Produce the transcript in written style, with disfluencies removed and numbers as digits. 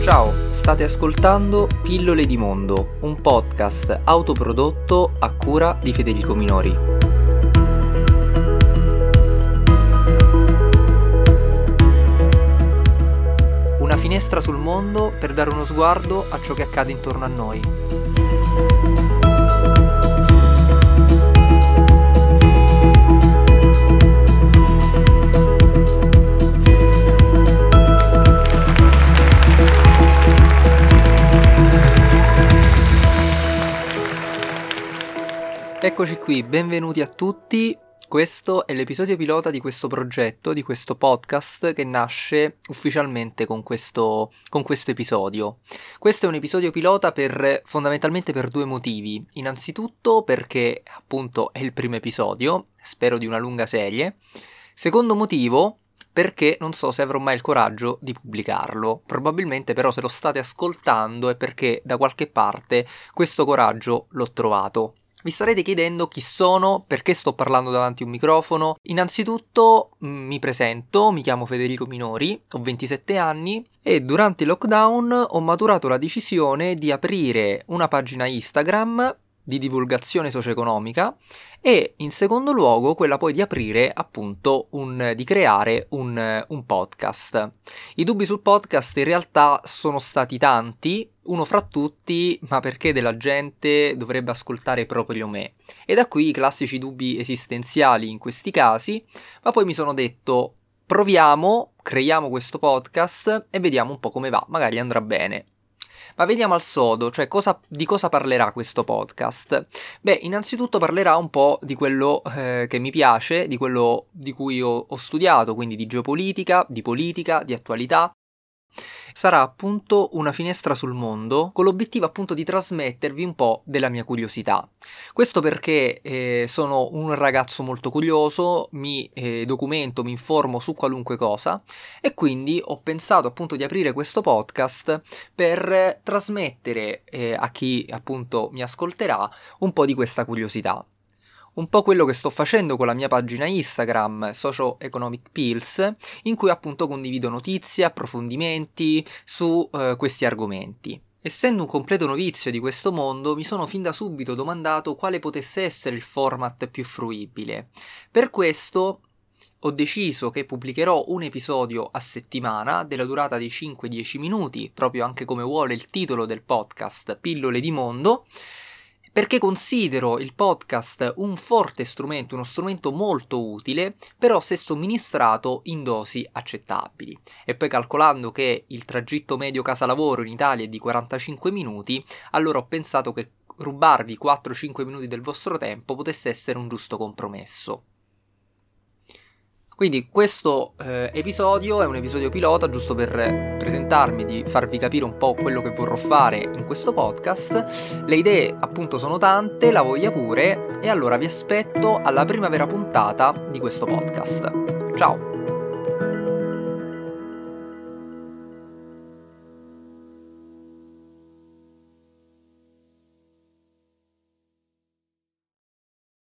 Ciao, state ascoltando Pillole di Mondo, un podcast autoprodotto a cura di Federico Minori. Una finestra sul mondo per dare uno sguardo a ciò che accade intorno a noi. Eccoci qui, benvenuti a tutti. Questo è l'episodio pilota di questo progetto, di questo podcast che nasce ufficialmente con questo episodio. Questo è un episodio pilota fondamentalmente per due motivi. Innanzitutto perché appunto è il primo episodio, spero di una lunga serie. Secondo motivo perché non so se avrò mai il coraggio di pubblicarlo. Probabilmente però se lo state ascoltando è perché da qualche parte questo coraggio l'ho trovato. Vi starete chiedendo chi sono, perché sto parlando davanti a un microfono. Innanzitutto mi presento, mi chiamo Federico Minori, ho 27 anni e durante il lockdown ho maturato la decisione di aprire una pagina Instagram di divulgazione socio-economica e in secondo luogo quella poi di aprire appunto di creare un podcast. I dubbi sul podcast in realtà sono stati tanti, uno fra tutti, ma perché della gente dovrebbe ascoltare proprio me? E da qui i classici dubbi esistenziali in questi casi, ma poi mi sono detto proviamo, creiamo questo podcast e vediamo un po' come va, magari andrà bene. Ma veniamo al sodo, cioè di cosa parlerà questo podcast? Beh, innanzitutto parlerà un po' di quello che mi piace, di quello di cui ho studiato, quindi di geopolitica, di attualità. Sarà appunto una finestra sul mondo con l'obiettivo appunto di trasmettervi un po' della mia curiosità. Questo perché sono un ragazzo molto curioso, mi documento, mi informo su qualunque cosa e quindi ho pensato appunto di aprire questo podcast per trasmettere a chi appunto mi ascolterà un po' di questa curiosità. Un po' quello che sto facendo con la mia pagina Instagram, Socio-Economic Pills, in cui appunto condivido notizie, approfondimenti su questi argomenti. Essendo un completo novizio di questo mondo, mi sono fin da subito domandato quale potesse essere il format più fruibile. Per questo ho deciso che pubblicherò un episodio a settimana della durata di 5-10 minuti, proprio anche come vuole il titolo del podcast, Pillole di Mondo, perché considero il podcast un forte strumento, uno strumento molto utile, però se somministrato in dosi accettabili. E poi calcolando che il tragitto medio casa-lavoro in Italia è di 45 minuti, allora ho pensato che rubarvi 4-5 minuti del vostro tempo potesse essere un giusto compromesso. Quindi questo episodio è un episodio pilota giusto per presentarmi, di farvi capire un po' quello che vorrò fare in questo podcast. Le idee appunto sono tante, la voglia pure, e allora vi aspetto alla prima vera puntata di questo podcast. Ciao!